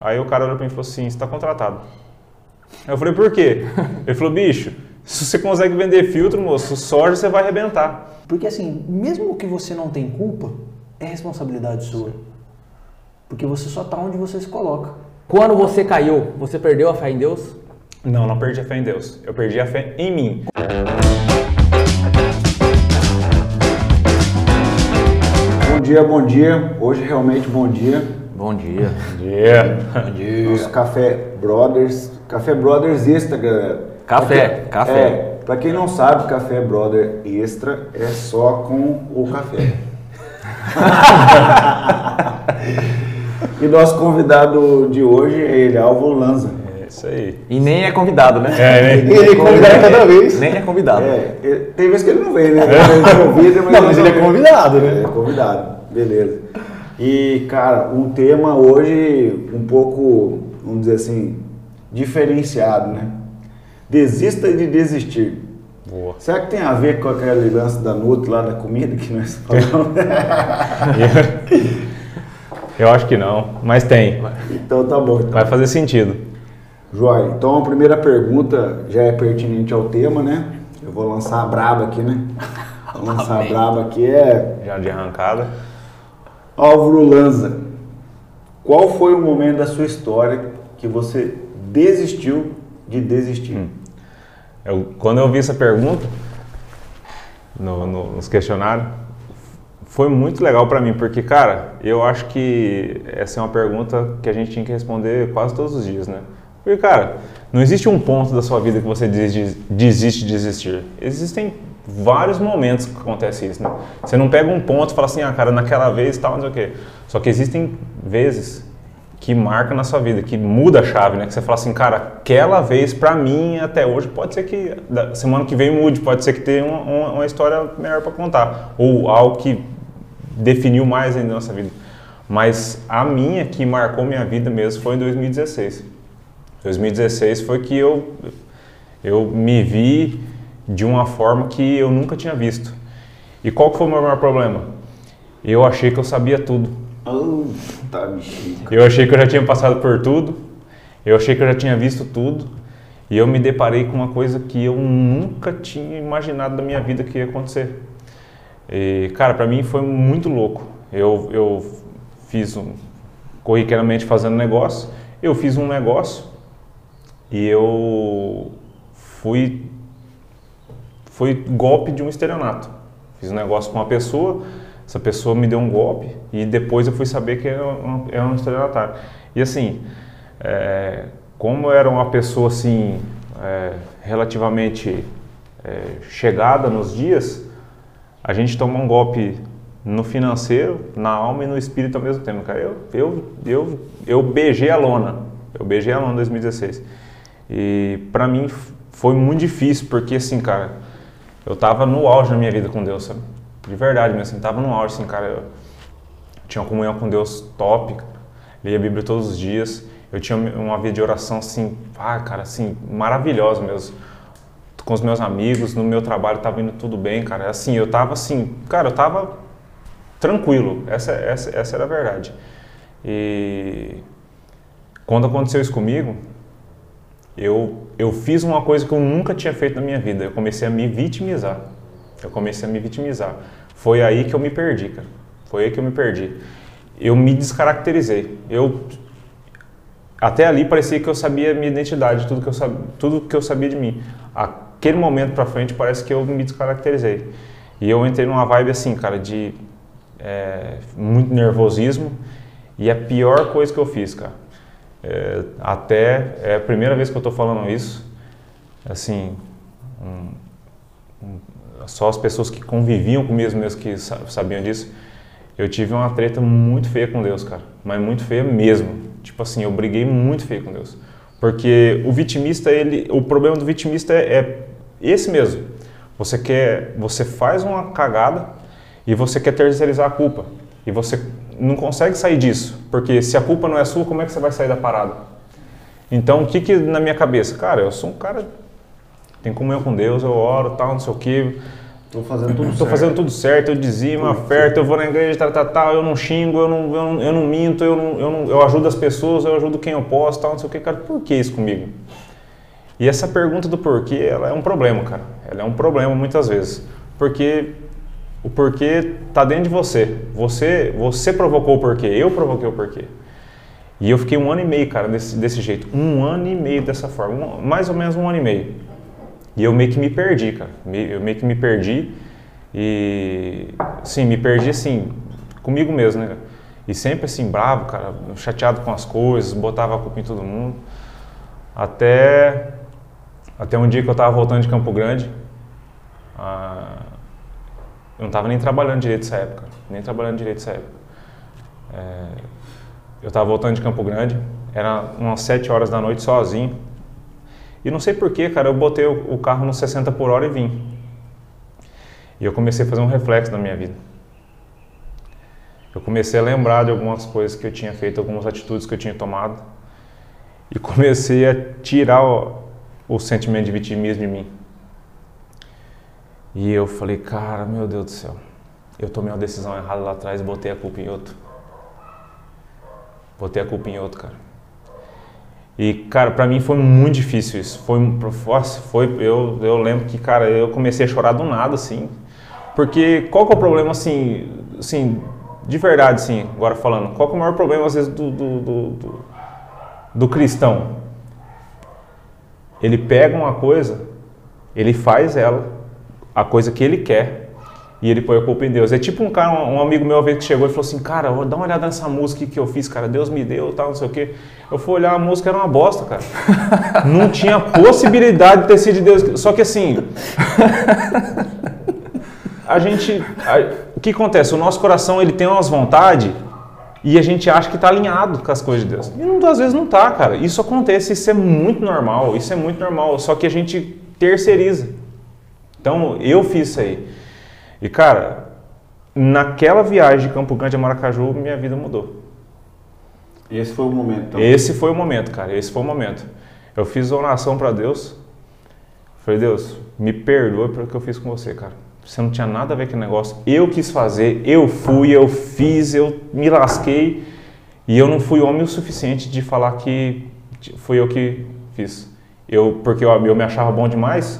Aí o cara olhou pra mim e falou assim, você tá contratado. Aí eu falei, por quê? Ele falou, bicho, se você consegue vender filtro, moço, soja você vai arrebentar. Porque assim, mesmo que você não tenha culpa, é responsabilidade sua. Porque você só tá onde você se coloca. Quando você caiu, você perdeu a fé em Deus? Não, não perdi a fé em Deus. Eu perdi a fé em mim. Bom dia. Hoje realmente bom dia. Bom dia. Bom dia. Nosso Café Brothers Extra, galera. Café. Pra quem não sabe, Café Brother Extra é só com o café. E nosso convidado de hoje é ele, Álvaro Lanza. É isso aí. E nem é convidado, né? Ele é convidado cada vez. Nem é convidado. Tem vezes que ele não vem, né? Mas ele é convidado, né? É convidado, beleza. E, cara, um tema hoje um pouco, vamos dizer assim, diferenciado, né? Desista de desistir. Boa. Será que tem a ver com aquele lance da Nutri lá da comida que nós falamos? Eu acho que não, mas tem. Então tá bom. Então. Vai fazer sentido. Joia. Então a primeira pergunta já é pertinente ao tema, né? Eu vou lançar a braba aqui, né? Vou lançar a braba aqui Já de arrancada. Álvaro Lanza, qual foi o momento da sua história que você desistiu de desistir? Quando eu vi essa pergunta nos questionários, foi muito legal pra mim, porque, cara, eu acho que essa é uma pergunta que a gente tinha que responder quase todos os dias, né? Porque, cara, não existe um ponto da sua vida que você desiste de desistir. Existem vários momentos que acontece isso, né? Você não pega um ponto e fala assim, cara, naquela vez tal, não sei o quê. Só que existem vezes que marca na sua vida, que muda a chave, né? Que você fala assim, cara, aquela vez pra mim até hoje, pode ser que semana que vem mude, pode ser que tenha uma história melhor pra contar, ou algo que definiu mais ainda na nossa vida. Mas a minha que marcou minha vida mesmo foi em 2016. 2016 foi que eu me vi de uma forma que eu nunca tinha visto. E qual que foi o meu maior problema? Eu achei que eu sabia tudo. Tá bexiga. Eu achei que eu já tinha passado por tudo, eu achei que eu já tinha visto tudo, e eu me deparei com uma coisa que eu nunca tinha imaginado da minha vida que ia acontecer. E, cara, pra mim foi muito louco. Eu fiz corriqueiramente fazendo negócio, eu fiz um negócio e eu fui golpe de um estelionato. Fiz um negócio com uma pessoa, essa pessoa me deu um golpe e depois eu fui saber que era um estelionatário. E assim, como eu era uma pessoa assim, relativamente chegada nos dias, a gente toma um golpe no financeiro, na alma e no espírito ao mesmo tempo, cara. Eu beijei a lona. Eu beijei a lona em 2016. E pra mim foi muito difícil, porque assim, cara, eu tava no auge da minha vida com Deus, sabe? De verdade mesmo, assim, tava no auge, assim, cara. Eu tinha uma comunhão com Deus top, lia a Bíblia todos os dias. Eu tinha uma vida de oração, assim, cara, assim, maravilhosa mesmo. Com os meus amigos, no meu trabalho tava indo tudo bem, cara. Assim, eu tava assim, cara, eu tava tranquilo. Essa era a verdade. E quando aconteceu isso comigo, eu fiz uma coisa que eu nunca tinha feito na minha vida. Eu comecei a me vitimizar. Foi aí que eu me perdi, cara. Foi aí que eu me perdi. Eu me descaracterizei. Até ali parecia que eu sabia a minha identidade, tudo que eu sabia de mim. Aquele momento pra frente parece que eu me descaracterizei. E eu entrei numa vibe assim, cara, de muito nervosismo. E a pior coisa que eu fiz, cara, é a primeira vez que eu tô falando isso, assim, só as pessoas que conviviam comigo mesmo que sabiam disso. Eu tive uma treta muito feia com Deus, cara, mas muito feia mesmo. Tipo assim, eu briguei muito feio com Deus. Porque o vitimista, o problema do vitimista é esse mesmo. Você faz uma cagada e você quer terceirizar a culpa. E você não consegue sair disso, porque se a culpa não é sua, como é que você vai sair da parada? Então, o que na minha cabeça? Cara, eu sou um cara, tenho comunhão com Deus, eu oro, tal, não sei o quê, Tô fazendo tudo Tô certo. fazendo tudo certo, eu dizimo, oferta, eu vou na igreja, tal, eu não xingo, eu não minto, eu ajudo as pessoas, eu ajudo quem eu posso, tal, não sei o que, cara, por que isso comigo? E essa pergunta do porquê, ela é um problema, cara. Ela é um problema muitas vezes, porque o porquê tá dentro de você. Você provocou o porquê, eu provoquei o porquê. E eu fiquei 1 ano e meio, cara, desse jeito. 1 ano e meio dessa forma, mais ou menos 1 ano e meio. E eu meio que me perdi, cara. Eu meio que me perdi e, sim, me perdi assim, comigo mesmo, né, cara? E sempre assim, bravo, cara, chateado com as coisas, botava a culpa em todo mundo. Até um dia que eu tava voltando de Campo Grande, eu não tava nem trabalhando direito nessa época, Eu tava voltando de Campo Grande, era umas 7 horas da noite sozinho. E não sei porquê, cara, eu botei o carro no 60 por hora e vim. E eu comecei a fazer um reflexo na minha vida. Eu comecei a lembrar de algumas coisas que eu tinha feito, algumas atitudes que eu tinha tomado. E comecei a tirar o sentimento de vitimismo de mim. E eu falei, cara, meu Deus do céu, eu tomei uma decisão errada lá atrás e botei a culpa em outro. Cara. E, cara, pra mim foi muito difícil isso. Eu lembro que, cara, eu comecei a chorar do nada, assim. Porque qual que é o problema, assim, de verdade, assim, agora falando, qual que é o maior problema, às vezes, do cristão? Ele pega uma coisa, ele faz ela, a coisa que ele quer, e ele põe a culpa em Deus. É tipo um amigo meu uma vez que chegou e falou assim, cara, dá uma olhada nessa música que eu fiz, cara, Deus me deu, tal, não sei o quê. Eu fui olhar, a música era uma bosta, cara. Não tinha possibilidade de ter sido de Deus. Só que assim, o que acontece? O nosso coração, ele tem umas vontades e a gente acha que está alinhado com as coisas de Deus. E às vezes não está, cara. Isso acontece, isso é muito normal, só que a gente terceiriza. Então, eu fiz isso aí. E, cara, naquela viagem de Campo Grande a Maracaju, minha vida mudou. E esse foi o momento, então? Esse foi o momento, cara. Eu fiz oração para Deus. Falei, Deus, me perdoe pelo que eu fiz com você, cara. Você não tinha nada a ver com o negócio. Eu quis fazer, eu fui, eu fiz, eu me lasquei. E eu não fui homem o suficiente de falar que fui eu que fiz. Porque eu me achava bom demais.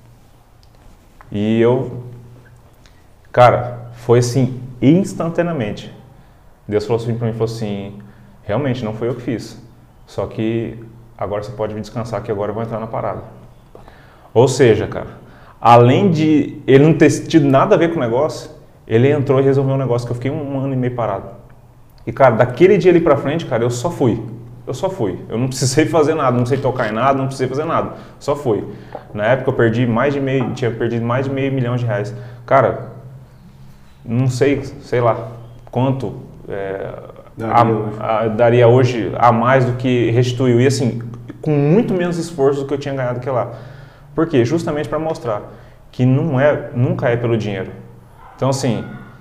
E cara, foi assim, instantaneamente. Deus falou assim pra mim, realmente não foi eu que fiz. Só que agora você pode vir descansar que agora eu vou entrar na parada. Ou seja, cara, além de ele não ter tido nada a ver com o negócio, ele entrou e resolveu um negócio que eu fiquei 1 ano e meio parado. E, cara, daquele dia ali pra frente, cara, eu só fui. Eu não precisei fazer nada, não precisei tocar em nada, não precisei fazer nada. Só fui. Na época eu tinha perdido mais de R$500 mil. Cara, não sei lá, quanto daria hoje a mais do que restituiu. E assim, com muito menos esforço do que eu tinha ganhado aquilo lá. Por quê? Justamente para mostrar que nunca é pelo dinheiro. Então assim,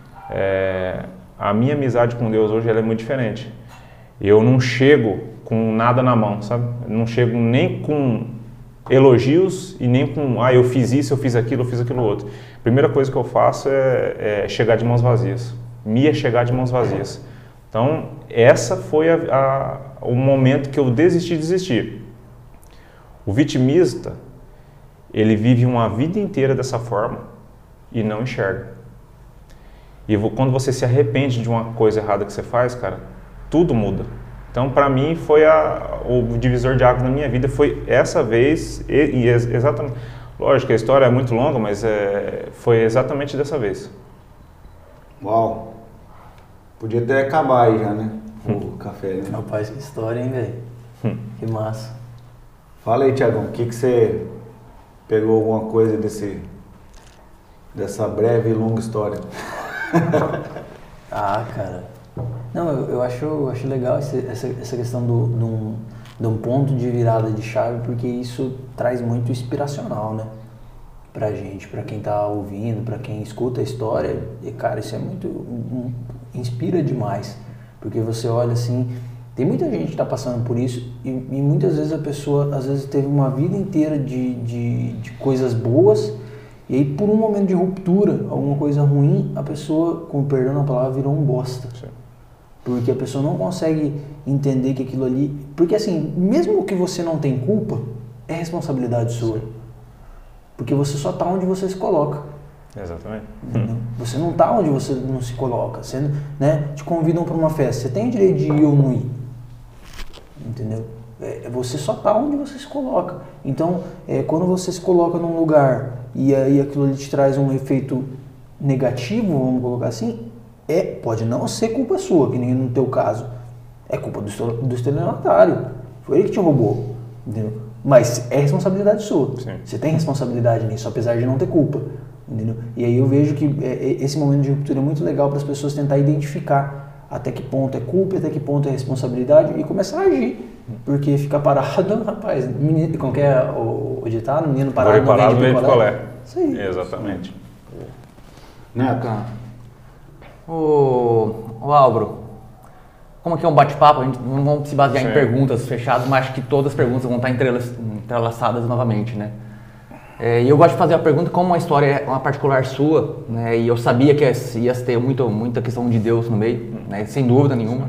a minha amizade com Deus hoje ela é muito diferente. Eu não chego com nada na mão, sabe? Eu não chego nem com elogios e nem com, eu fiz isso, eu fiz aquilo outro. A primeira coisa que eu faço é chegar de mãos vazias. Chegar de mãos vazias. Então, essa foi o momento que eu desisti. O vitimista, ele vive uma vida inteira dessa forma e não enxerga. E quando você se arrepende de uma coisa errada que você faz, cara, tudo muda. Então, para mim, foi o divisor de águas na minha vida, foi essa vez, e exatamente, lógico que a história é muito longa, mas foi exatamente dessa vez. Uau! Podia até acabar aí já, né? O café, né? Rapaz, que história, hein, velho? Que massa. Fala aí, Thiagão, o que você pegou alguma coisa dessa breve e longa história? Cara... Não, eu acho legal essa questão de um ponto de virada de chave, porque isso traz muito inspiracional, né? Pra gente, pra quem tá ouvindo, pra quem escuta a história. E, cara, isso é inspira demais. Porque você olha assim, tem muita gente que tá passando por isso e muitas vezes a pessoa, às vezes, teve uma vida inteira de coisas boas E aí, por um momento de ruptura, alguma coisa ruim, a pessoa, com perdão na palavra, virou um bosta. Sim. Porque a pessoa não consegue entender que aquilo ali... Porque assim, mesmo que você não tem culpa, é responsabilidade sua. Porque você só tá onde você se coloca. Exatamente. Entendeu? Você não tá onde você não se coloca. Você, né, te convidam para uma festa, você tem o direito de ir ou não ir. Entendeu? Você só tá onde você se coloca. Então, quando você se coloca num lugar e aí aquilo ali te traz um efeito negativo, vamos colocar assim, pode não ser culpa sua, que nem no teu caso. É culpa do estelionatário. Foi ele que te roubou. Entendeu? Mas é responsabilidade sua. Sim. Você tem responsabilidade nisso, apesar de não ter culpa. Entendeu? E aí eu vejo que esse momento de ruptura é muito legal para as pessoas tentar identificar até que ponto é culpa, até que ponto é responsabilidade e começar a agir. Porque ficar parado, rapaz, menino, como que é o ditado? Menino parado não vende picolé. Isso aí. Exatamente. Neto. O Álvaro, como que é um bate-papo, a gente não vamos se basear Sim. em perguntas fechadas, mas acho que todas as perguntas vão estar entrelaçadas novamente, né? E eu gosto de fazer a pergunta como uma história é uma particular sua, né? E eu sabia que ia ter muita questão de Deus no meio, né? Sem dúvida nenhuma.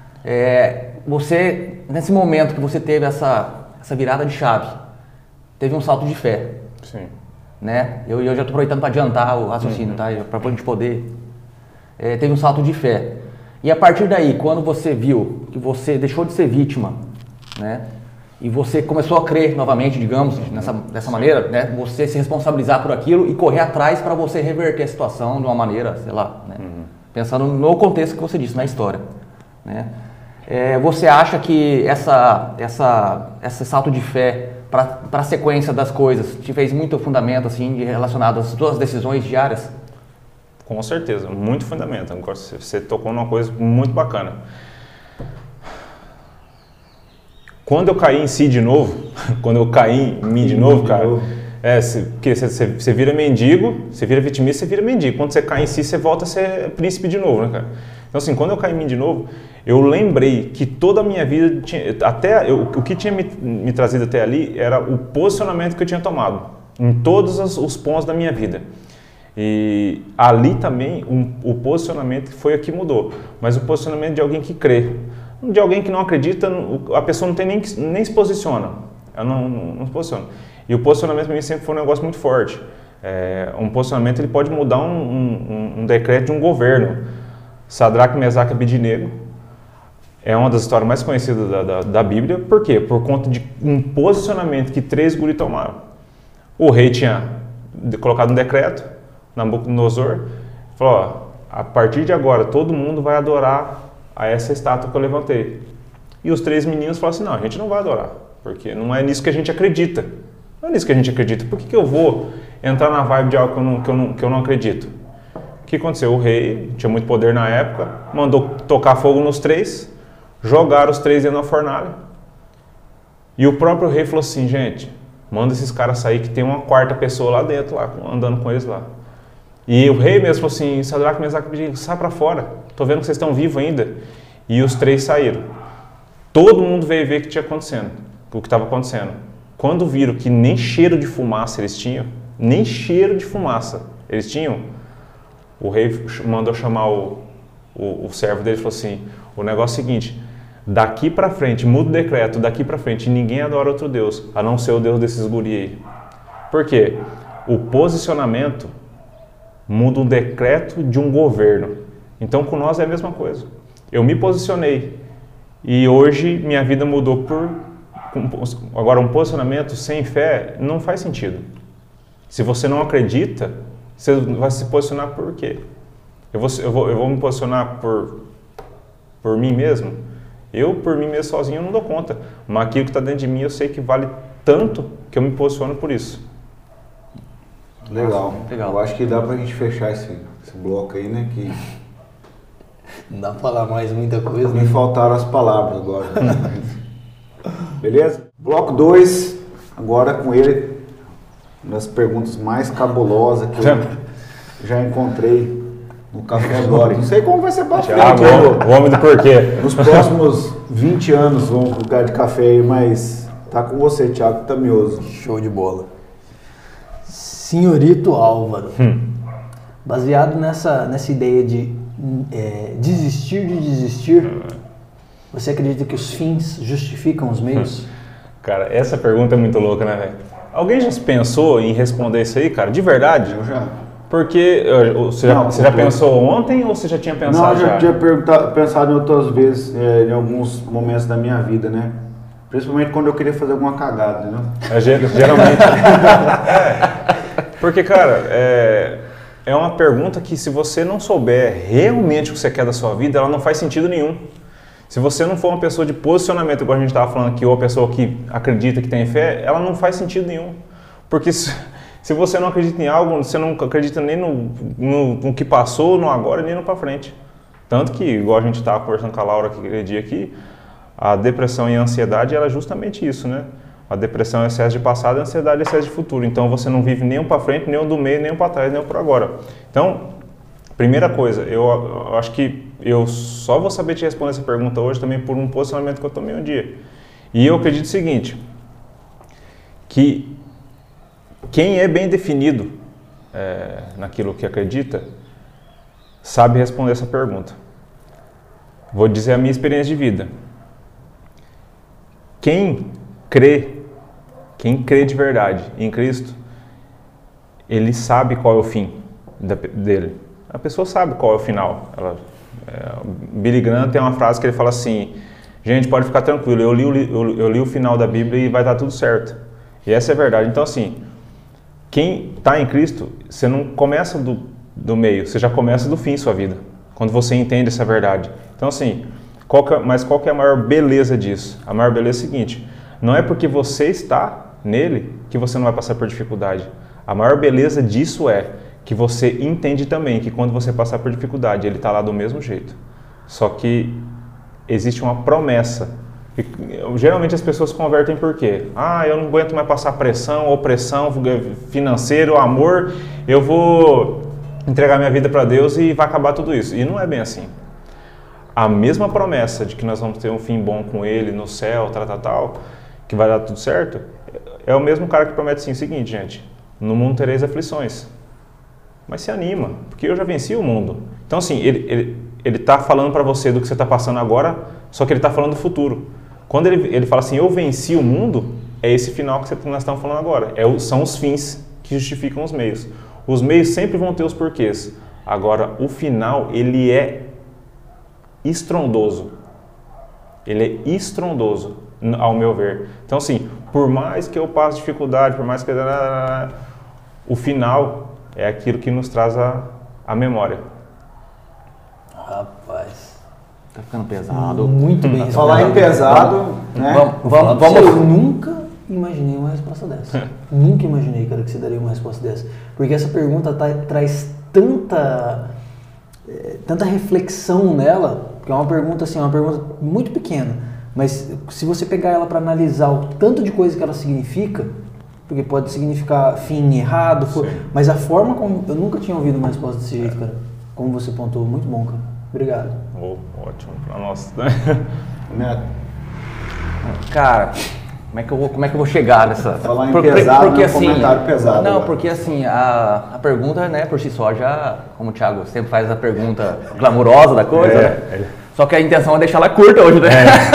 Você, nesse momento que você teve essa virada de chave, teve um salto de fé, Sim. né? Eu já estou aproveitando para adiantar o raciocínio, tá? Para a gente poder... teve um salto de fé. E a partir daí, quando você viu que você deixou de ser vítima, né? E você começou a crer novamente, digamos, dessa maneira, né? Você se responsabilizar por aquilo e correr atrás para você reverter a situação de uma maneira, sei lá, né? Pensando no contexto que você disse, na história, né? Você acha que esse salto de fé para a sequência das coisas te fez muito fundamento assim, relacionado às suas decisões diárias? Com certeza, muito fundamento. Você tocou numa coisa muito bacana. Quando eu caí em si de novo, quando eu caí em mim de novo, cara, porque você vira mendigo, você vira vitimista, você vira mendigo. Quando você cai em si, você volta a ser príncipe de novo, né, cara? Então, assim, quando eu caí em mim de novo, eu lembrei que toda a minha vida, o que tinha me trazido até ali era o posicionamento que eu tinha tomado em todos os pontos da minha vida. E ali também o posicionamento foi o que mudou, mas o posicionamento de alguém que crê. De alguém que não acredita, a pessoa não tem nem se posiciona. Ela não se posiciona. E o posicionamento para mim sempre foi um negócio muito forte. Um posicionamento ele pode mudar um decreto de um governo. Sadraque, Mesaque e Abednego é uma das histórias mais conhecidas da Bíblia. Por quê? Por conta de um posicionamento que 3 guris tomaram. O rei tinha colocado um decreto, Nabucodonosor, falou, ó, a partir de agora todo mundo vai adorar a essa estátua que eu levantei. E os 3 meninos falaram assim, não, a gente não vai adorar, porque não é nisso que a gente acredita. Não é nisso que a gente acredita. Por que eu vou entrar na vibe de algo que eu não acredito? O que aconteceu? O rei, tinha muito poder na época, mandou tocar fogo nos 3, jogaram os 3 dentro da fornalha. E o próprio rei falou assim, gente, manda esses caras sair que tem uma 4ª pessoa lá dentro, lá, andando com eles lá. E o rei mesmo falou assim, Sadraque, Mesaque e Abednego, sai pra fora, tô vendo que vocês estão vivos ainda. E os 3 saíram. Todo mundo veio ver o que estava acontecendo. Quando viram que nem cheiro de fumaça eles tinham, o rei mandou chamar o servo dele e falou assim, o negócio é o seguinte, daqui pra frente, muda o decreto, daqui pra frente, ninguém adora outro Deus, a não ser o Deus desses guri aí. Por quê? O posicionamento muda um decreto de um governo. Então, com nós é a mesma coisa. Eu me posicionei e hoje minha vida mudou Agora, um posicionamento sem fé não faz sentido. Se você não acredita, você vai se posicionar por quê? Eu vou me posicionar por mim mesmo? Por mim mesmo sozinho, eu não dou conta. Mas aquilo que está dentro de mim, eu sei que vale tanto que eu me posiciono por isso. Legal. Nossa, legal. Eu acho que dá pra gente fechar esse bloco aí, né? Que Não dá pra falar mais muita coisa, me né? faltaram as palavras agora. Beleza? Bloco 2, agora com ele, uma das perguntas mais cabulosas que eu já encontrei no Café agora. Não sei como vai ser pra frente. O homem do porquê. Nos próximos 20 anos vamos pro lugar de café aí, mas tá com você, Thiago Tamioso. Show de bola. Senhorito Álvaro, baseado nessa ideia de desistir de desistir, você acredita que os fins justificam os meios? Cara, essa pergunta é muito louca, né, velho? Alguém já pensou em responder isso aí, cara? De verdade? Eu já. Porque você já pensou ontem ou você já tinha pensado? Não, eu já tinha pensado em outras vezes, em alguns momentos da minha vida, né? Principalmente quando eu queria fazer alguma cagada, né? Geralmente. Porque, cara, é uma pergunta que se você não souber realmente o que você quer da sua vida, ela não faz sentido nenhum. Se você não for uma pessoa de posicionamento, igual a gente estava falando aqui, ou a pessoa que acredita que tem fé, ela não faz sentido nenhum. Porque se você não acredita em algo, você não acredita nem no que passou, no agora, nem no para frente. Tanto que, igual a gente estava conversando com a Laura aquele dia aqui, a depressão e a ansiedade, ela é justamente isso, né? A depressão é excesso de passado, a ansiedade é excesso de futuro. Então você não vive nem um para frente, nem um do meio, nem um para trás, nem um para agora. Então, primeira coisa, eu acho que eu só vou saber te responder essa pergunta hoje também por um posicionamento que eu tomei um dia. E eu acredito o seguinte, que quem é bem definido naquilo que acredita, sabe responder essa pergunta. Vou dizer a minha experiência de vida. Quem crê de verdade em Cristo, ele sabe qual é o fim dele. A pessoa sabe qual é o final. Billy Graham tem uma frase que ele fala assim, gente, pode ficar tranquilo, eu li o final da Bíblia e vai dar tudo certo. E essa é a verdade. Então assim, quem está em Cristo, você não começa do meio, você já começa do fim sua vida, quando você entende essa verdade. Então assim, qual que é a maior beleza disso? A maior beleza é o seguinte, não é porque você está nele que você não vai passar por dificuldade. A maior beleza disso é que você entende também que quando você passar por dificuldade, ele está lá do mesmo jeito. Só que existe uma promessa. E, geralmente as pessoas se convertem por quê? Eu não aguento mais passar pressão, opressão financeira, amor, eu vou entregar minha vida para Deus e vai acabar tudo isso. E não é bem assim. A mesma promessa de que nós vamos ter um fim bom com ele no céu, tal, que vai dar tudo certo, é o mesmo cara que promete assim, o seguinte, gente, no mundo tereis aflições. Mas se anima, porque eu já venci o mundo. Então assim, ele está falando para você do que você está passando agora, só que ele está falando do futuro. Quando ele fala assim, eu venci o mundo, é esse final que nós estamos falando agora. São os fins que justificam os meios. Os meios sempre vão ter os porquês. Agora, o final, ele é estrondoso. Ele é estrondoso, ao meu ver. Então assim, por mais que eu passe dificuldade, por mais que... o final é aquilo que nos traz a memória. Rapaz, tá ficando pesado. Muito bem. Falar em pesado, né? Vamos. Eu nunca imaginei uma resposta dessa. Nunca imaginei, cara, que você daria uma resposta dessa. Porque essa pergunta traz tanta reflexão nela, que é uma pergunta assim, uma pergunta muito pequena. Mas se você pegar ela para analisar o tanto de coisa que ela significa, porque pode significar fim errado, mas a forma como... Eu nunca tinha ouvido uma resposta desse jeito, cara. Como você pontuou, muito bom, cara. Obrigado. Ótimo para nós. Neto. Cara, como é que eu vou chegar nessa... Falar em pesado, porque, assim, comentário pesado. Não, agora. porque assim, a pergunta, né, por si só, já, como o Thiago sempre faz a pergunta glamurosa da coisa, né? Só que a intenção é deixar ela curta hoje, né?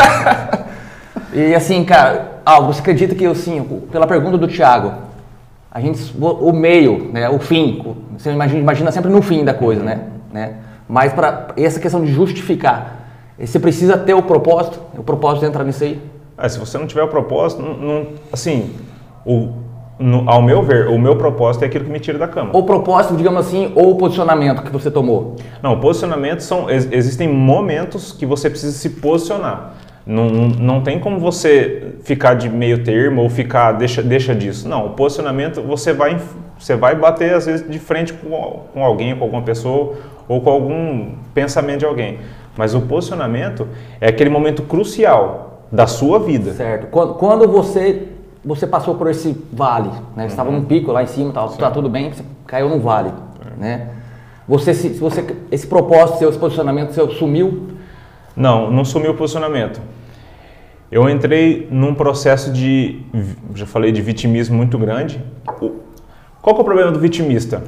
E assim, cara, você acredita que, assim, pela pergunta do Thiago, o meio, né, o fim, você imagina sempre no fim da coisa, né? Mas para essa questão de justificar, você precisa ter o propósito entra nisso aí? Se você não tiver o propósito, assim, ao meu ver, o meu propósito é aquilo que me tira da cama. O propósito, digamos assim, ou o posicionamento que você tomou? Não, o posicionamento existem momentos que você precisa se posicionar. Não tem como você ficar de meio termo ou ficar, deixa disso. Não, o posicionamento você vai bater às vezes de frente com alguém, com alguma pessoa ou com algum pensamento de alguém. Mas o posicionamento é aquele momento crucial da sua vida. Certo. Quando você passou por esse vale, né? Você estava num pico lá em cima, tá tudo bem, você caiu num vale, né? Esse propósito seu, esse posicionamento seu sumiu? Não sumiu o posicionamento. Eu entrei num processo já falei, de vitimismo muito grande. Qual que é o problema do vitimista?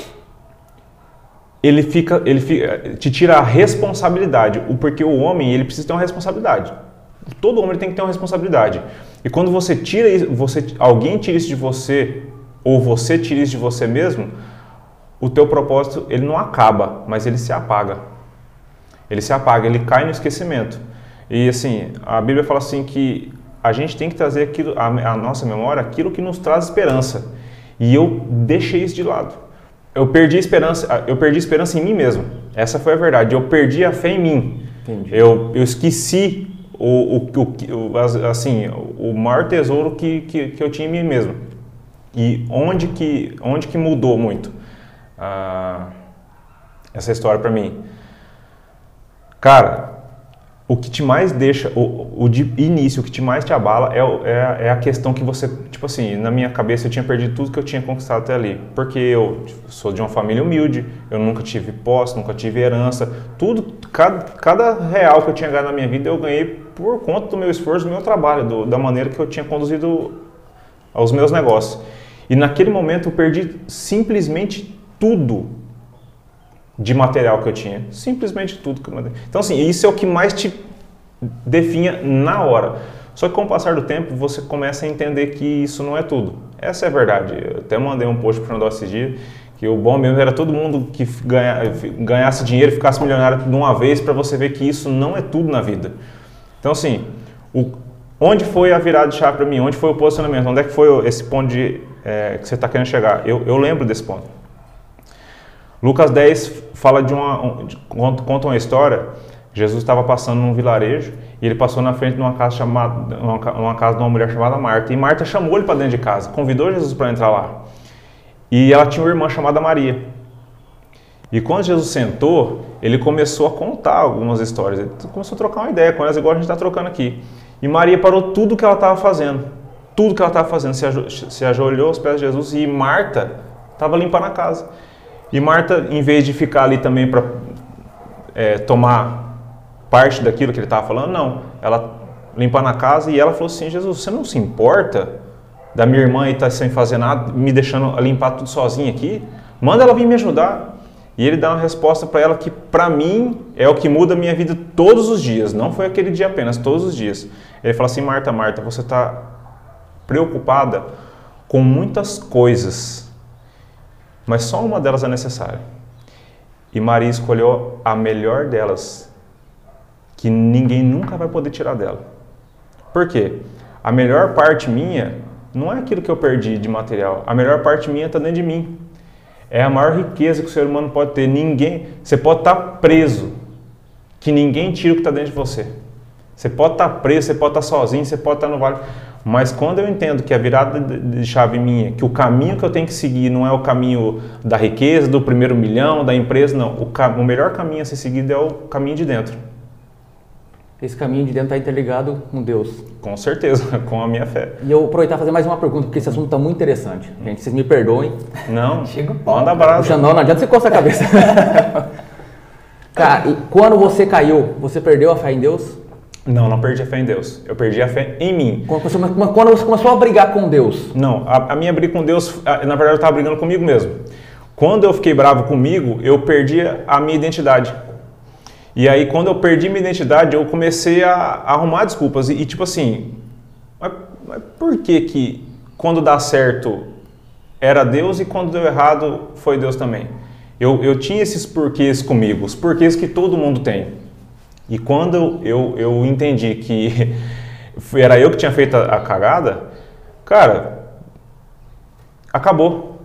Ele te tira a responsabilidade, porque o homem ele precisa ter uma responsabilidade. Todo homem tem que ter uma responsabilidade. E quando você tira isso, alguém tira isso de você, ou você tira isso de você mesmo, o teu propósito ele não acaba, mas ele se apaga. Ele se apaga, ele cai no esquecimento. E assim, a Bíblia fala assim que a gente tem que trazer aquilo, a nossa memória, aquilo que nos traz esperança. E eu deixei isso de lado. Eu perdi esperança em mim mesmo. Essa foi a verdade. Eu perdi a fé em mim. Entendi. Eu esqueci o maior tesouro que eu tinha em mim mesmo. E onde que mudou muito essa história para mim? Cara, o que te mais deixa, o de início, o que te mais te abala é a questão que você, tipo assim, na minha cabeça eu tinha perdido tudo que eu tinha conquistado até ali. Porque eu sou de uma família humilde, eu nunca tive posse, nunca tive herança, tudo, cada real que eu tinha ganhado na minha vida eu ganhei por conta do meu esforço, do meu trabalho, da maneira que eu tinha conduzido os meus negócios. E naquele momento eu perdi simplesmente tudo de material que eu tinha. Simplesmente tudo que eu mandei. Então assim, isso é o que mais te definha na hora. Só que com o passar do tempo, você começa a entender que isso não é tudo. Essa é a verdade. Eu até mandei um post para o esses dias, que o bom mesmo era todo mundo que ganhasse dinheiro e ficasse milionário de uma vez, para você ver que isso não é tudo na vida. Então assim, onde foi a virada de chave para mim? Onde foi o posicionamento? Onde é que foi esse ponto que você está querendo chegar? Eu lembro desse ponto. Lucas 10 fala conta uma história. Jesus estava passando num vilarejo e ele passou na frente de uma casa de uma mulher chamada Marta. E Marta chamou ele para dentro de casa, convidou Jesus para entrar lá. E ela tinha uma irmã chamada Maria. E quando Jesus sentou, ele começou a contar algumas histórias. Ele começou a trocar uma ideia com elas, igual a gente está trocando aqui. E Maria parou tudo que ela estava fazendo. Tudo que ela estava fazendo. Se ajoelhou aos pés de Jesus e Marta estava limpando a casa. E Marta, em vez de ficar ali também para tomar parte daquilo que ele estava falando, não. Ela limpando a casa e ela falou assim, Jesus, você não se importa da minha irmã e estar sem fazer nada, me deixando limpar tudo sozinha aqui? Manda ela vir me ajudar. E ele dá uma resposta para ela que, para mim, é o que muda a minha vida todos os dias. Não foi aquele dia apenas, todos os dias. Ele fala assim, Marta, você está preocupada com muitas coisas, mas só uma delas é necessária. E Maria escolheu a melhor delas, que ninguém nunca vai poder tirar dela. Por quê? A melhor parte minha não é aquilo que eu perdi de material. A melhor parte minha está dentro de mim. É a maior riqueza que o ser humano pode ter. Você pode estar preso, que ninguém tira o que está dentro de você. Você pode estar preso, você pode estar sozinho, você pode estar no vale. Mas quando eu entendo que a virada de chave minha, que o caminho que eu tenho que seguir não é o caminho da riqueza, do primeiro milhão, da empresa, não. O melhor caminho a ser seguido é o caminho de dentro. Esse caminho de dentro está interligado com Deus. Com certeza, com a minha fé. E eu vou aproveitar e fazer mais uma pergunta, porque esse assunto está muito interessante. Gente, vocês me perdoem. Não, chega o pau. Manda abraço. Não adianta você coçar a cabeça. Cara, e quando você caiu, você perdeu a fé em Deus? Não perdi a fé em Deus. Eu perdi a fé em mim. Quando você começou a brigar com Deus? Não, a minha briga com Deus, na verdade eu estava brigando comigo mesmo. Quando eu fiquei bravo comigo, eu perdi a minha identidade. E aí quando eu perdi minha identidade, eu comecei a arrumar desculpas. E tipo assim, mas por que quando dá certo era Deus e quando deu errado foi Deus também? Eu tinha esses porquês comigo, os porquês que todo mundo tem. E quando eu entendi que era eu que tinha feito a cagada, cara, acabou.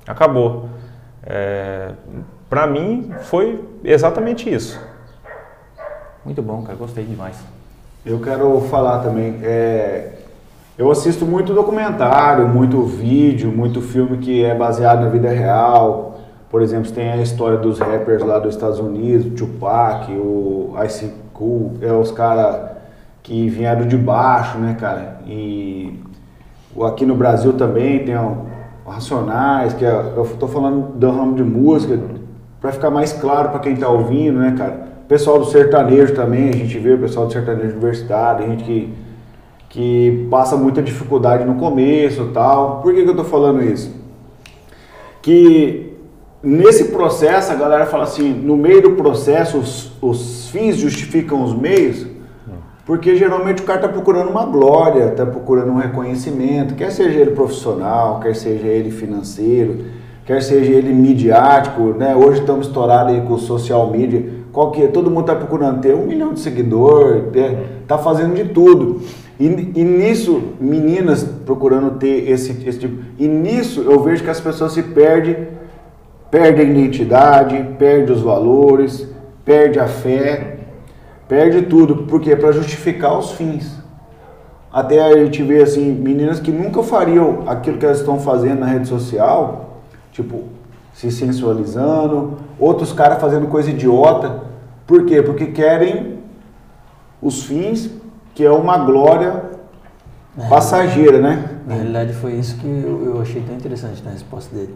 Pra mim foi exatamente isso. Muito bom, cara, gostei demais. Eu quero falar também, eu assisto muito documentário, muito vídeo, muito filme que é baseado na vida real. Por exemplo, tem a história dos rappers lá dos Estados Unidos, o Tupac, o Ice Cool, os caras que vieram de baixo, né, cara? E aqui no Brasil também tem o Racionais, que eu tô falando do ramo de música, para ficar mais claro para quem tá ouvindo, né, cara? Pessoal do sertanejo também, a gente vê o pessoal do sertanejo universitário, gente que passa muita dificuldade no começo e tal. Por que eu tô falando isso? que nesse processo a galera fala assim, no meio do processo os fins justificam os meios, porque geralmente o cara está procurando uma glória, está procurando um reconhecimento, quer seja ele profissional, quer seja ele financeiro, quer seja ele midiático, né? Hoje estamos estourados aí com o social media, todo mundo está procurando ter 1 milhão de seguidores, está fazendo de tudo. E nisso, meninas procurando ter esse tipo, e nisso eu vejo que as pessoas se perdem a identidade, perdem os valores, perdem a fé, perde tudo, porque é para justificar os fins. Até a gente vê assim, meninas que nunca fariam aquilo que elas estão fazendo na rede social, tipo, se sensualizando, outros caras fazendo coisa idiota. Por quê? Porque querem os fins, que é uma glória passageira, né? Na realidade foi isso que eu achei tão interessante na resposta dele.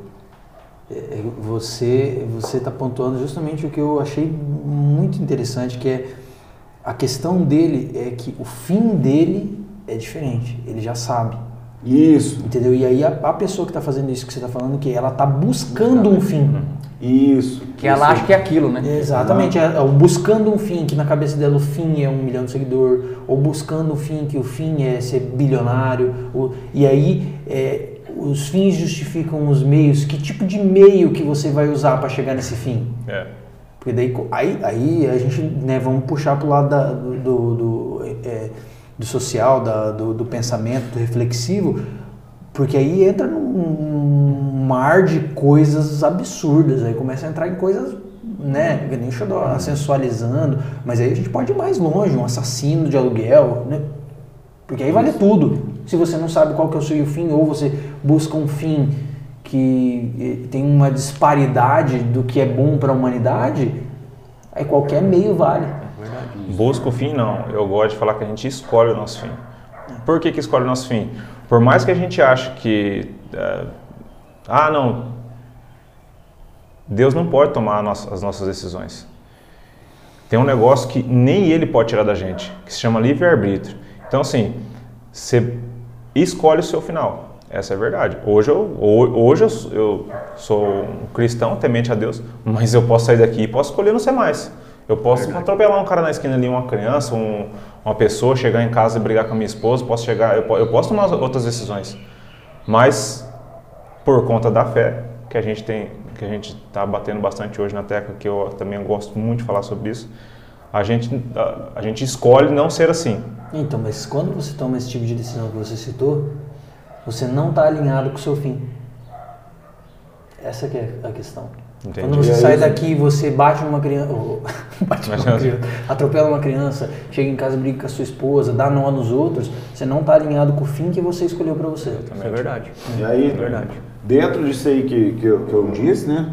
Você está pontuando justamente o que eu achei muito interessante, que é a questão dele é que o fim dele é diferente, ele já sabe. Isso. Entendeu? E aí a pessoa que está fazendo isso que você está falando, que ela está buscando um fim. Isso. Que ela acha que é aquilo, né? Exatamente. Buscando um fim, que na cabeça dela o fim é 1 milhão de seguidor, ou buscando um fim, que o fim é ser bilionário. E aí os fins justificam os meios. Que tipo de meio que você vai usar para chegar nesse fim? Porque daí aí a gente, né, vamos puxar para o lado do social, do pensamento reflexivo, porque aí entra num mar de coisas absurdas, aí começa a entrar em coisas, né, que nem o Xodó, sensualizando, mas aí a gente pode ir mais longe, um assassino de aluguel, né, porque aí vale tudo. Se você não sabe qual que é o seu fim, ou você busca um fim que tem uma disparidade do que é bom para a humanidade, aí qualquer meio vale. Busca o fim, não. Eu gosto de falar que a gente escolhe o nosso fim. Por que escolhe o nosso fim? Por mais que a gente ache que... não, Deus não pode tomar as nossas decisões. Tem um negócio que nem Ele pode tirar da gente, que se chama livre-arbítrio. Então, assim, você escolhe o seu final. Essa é a verdade. Hoje eu sou um cristão, temente a Deus, mas eu posso sair daqui e posso escolher não ser mais. Eu posso atropelar um cara na esquina ali, uma criança, uma pessoa, chegar em casa e brigar com a minha esposa, eu posso tomar outras decisões. Mas, por conta da fé, que a gente está batendo bastante hoje na tecla, que eu também gosto muito de falar sobre isso, a gente escolhe não ser assim. Então, mas quando você toma esse tipo de decisão que você citou, você não está alinhado com o seu fim. Essa que é a questão. Entendi. Quando você sai daqui e você bate numa criança, atropela uma criança, chega em casa e briga com a sua esposa, dá nó nos outros, você não está alinhado com o fim que você escolheu para você. Isso é verdade. E aí, dentro disso aí que eu disse, né,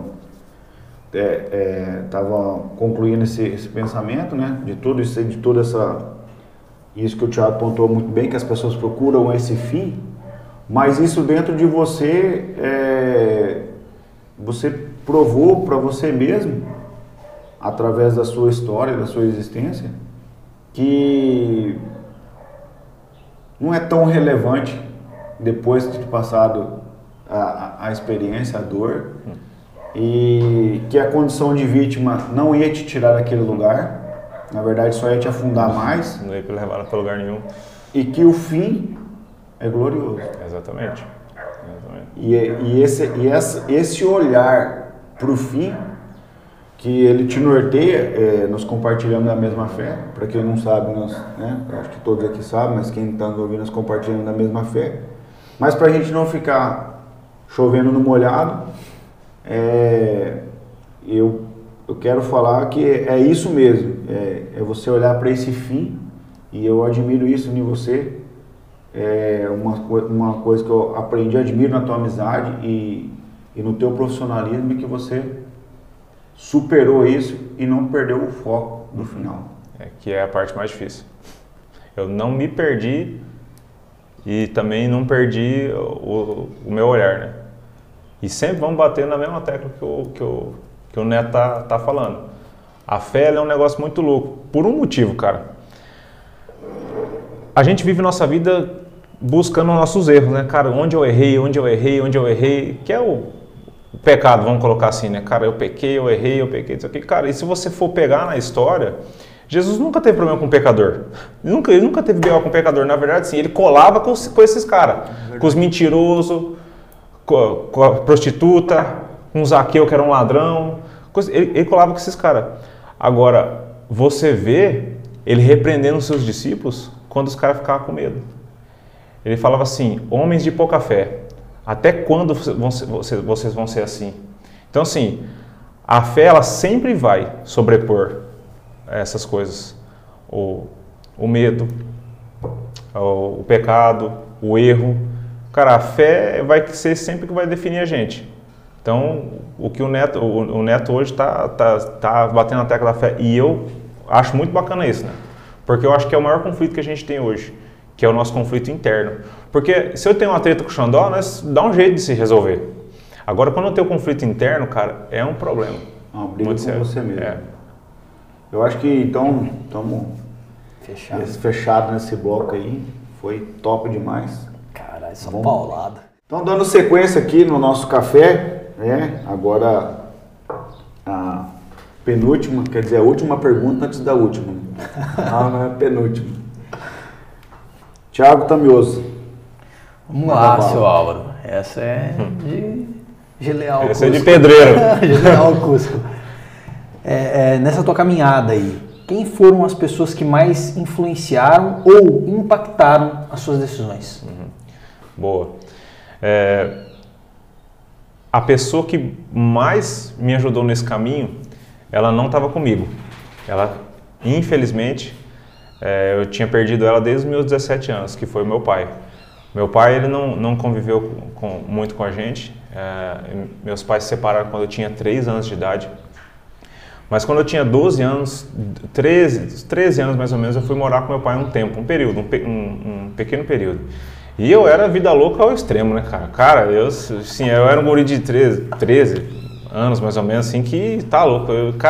tava concluindo esse pensamento, né, de tudo isso aí, de toda isso que o Thiago pontuou muito bem, que as pessoas procuram esse fim, mas isso dentro de você, você provou para você mesmo, através da sua história, da sua existência, que não é tão relevante depois de ter passado a experiência, a dor, e que a condição de vítima não ia te tirar daquele lugar, na verdade só ia te afundar mais. Não ia levar para lugar nenhum. E que o fim é glorioso. Exatamente. E esse olhar para o fim, que ele te norteia, nós compartilhamos da mesma fé. Para quem não sabe, acho que todos aqui sabem, mas quem está nos ouvindo, nós compartilhamos da mesma fé. Mas para a gente não ficar chovendo no molhado, eu quero falar que é isso mesmo, é você olhar para esse fim, e eu admiro isso em você. Uma coisa que eu aprendi, admiro na tua amizade e no teu profissionalismo, é que você superou isso e não perdeu o foco do final. Que é a parte mais difícil. Eu não me perdi e também não perdi o meu olhar, né? E sempre vamos bater na mesma tecla que o Neto tá falando. A fé é um negócio muito louco, por um motivo, cara. A gente vive nossa vida buscando nossos erros, né, cara? Onde eu errei, que é o pecado, vamos colocar assim, né? Cara, eu pequei, eu errei, eu pequei, isso aqui. Cara, e se você for pegar na história, Jesus nunca teve problema com pecador. Ele nunca teve B.O. com pecador. Na verdade, sim, ele colava com esses caras. Com os mentirosos, com a prostituta, com o Zaqueu, que era um ladrão. Ele colava com esses caras. Agora, você vê ele repreendendo os seus discípulos quando os caras ficavam com medo. Ele falava assim, homens de pouca fé, até quando vocês vão ser assim? Então, assim, a fé, ela sempre vai sobrepor essas coisas. O medo, o pecado, o erro. Cara, a fé vai ser sempre que vai definir a gente. Então, o que o Neto hoje tá batendo na tecla da fé. E eu acho muito bacana isso, né? Porque eu acho que é o maior conflito que a gente tem hoje, que é o nosso conflito interno. Porque se eu tenho uma treta com o Xandó, nós dá um jeito de se resolver. Agora, quando eu tenho conflito interno, cara, é um problema. Uma briga com você mesmo. É. Eu acho que então estamos fechado nesse bloco aí. Foi top demais. Caralho, só paulada. Então, dando sequência aqui no nosso café, né? Agora a penúltima, quer dizer, a última pergunta antes da última. Não é a penúltima. Thiago Tamioso. Vamos lá, seu Álvaro. Essa é de Leal Cusco. Essa é de pedreiro. De Leal Cusco. Nessa tua caminhada aí, quem foram as pessoas que mais influenciaram ou impactaram as suas decisões? Boa. A pessoa que mais me ajudou nesse caminho, ela não estava comigo. Ela, infelizmente, eu tinha perdido ela desde os meus 17 anos, que foi o meu pai. Meu pai, ele não conviveu muito com a gente. Meus pais se separaram quando eu tinha 3 anos de idade. Mas quando eu tinha 12 anos, 13 anos mais ou menos, eu fui morar com meu pai um tempo, um pequeno período. E eu era vida louca ao extremo, né, cara? Cara, eu era um guri de 13 anos mais ou menos, assim, que tá louco.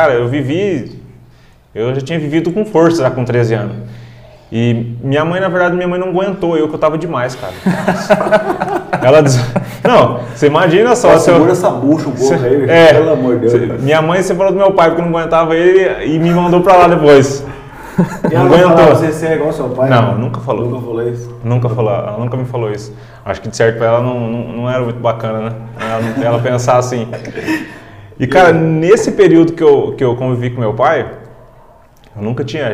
Eu já tinha vivido com força já com 13 anos. E minha mãe, na verdade, não aguentou eu, que eu tava demais, cara. Ela diz... Não, você imagina só... Segura essa bucha um pouco aí, pelo amor de Deus. Minha mãe separou do meu pai porque não aguentava ele e me mandou pra lá depois. E ela não falou, você é igual ao seu pai? Não, nunca falou. Nunca falou isso? Nunca falou, ela nunca me falou isso. Acho que de certo pra ela não era muito bacana, né? Ela pensar assim. E, cara, nesse período que eu convivi com meu pai, eu nunca tinha...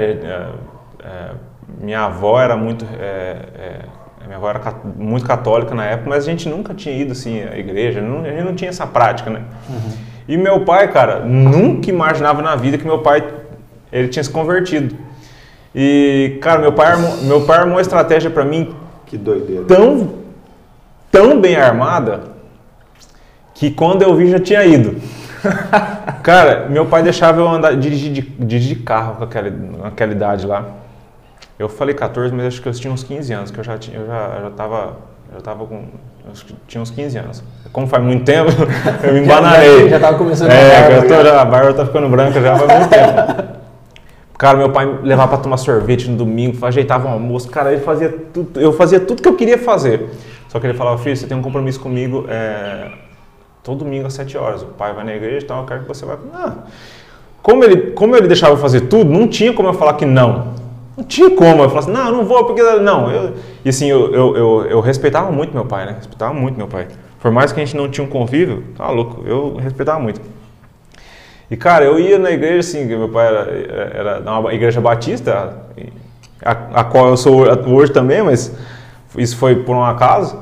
minha avó era muito... minha avó era muito católica na época, mas a gente nunca tinha ido assim à igreja, a gente não tinha essa prática, né? Uhum. E meu pai, cara, nunca imaginava na vida que meu pai, ele tinha se convertido. E, cara, meu pai armou uma estratégia pra mim, que doideira, tão bem armada, que quando eu vi já tinha ido. Cara, meu pai deixava eu dirigir carro com aquela idade lá. Eu falei 14, mas acho que eu tinha uns 15 anos, que eu já tava com... Acho que tinha uns 15 anos. Como faz muito tempo, eu me embanarei. Já tava começando a barba tá ficando branca já faz muito tempo. Cara, meu pai me levava pra tomar sorvete no domingo, ajeitava um almoço. Cara, ele fazia tudo, eu fazia tudo que eu queria fazer. Só que ele falava, filho, você tem um compromisso comigo todo domingo às 7 horas. O pai vai na igreja, então eu quero que você vá... Como ele deixava eu fazer tudo, não tinha como eu falar que não. Não tinha como, eu falava assim, não, eu não vou, porque... Não, e assim, eu respeitava muito meu pai, né? Respeitava muito meu pai. Por mais que a gente não tinha um convívio, tá louco, eu respeitava muito. E, cara, eu ia na igreja, assim, meu pai era uma igreja batista, a qual eu sou hoje também, mas isso foi por um acaso.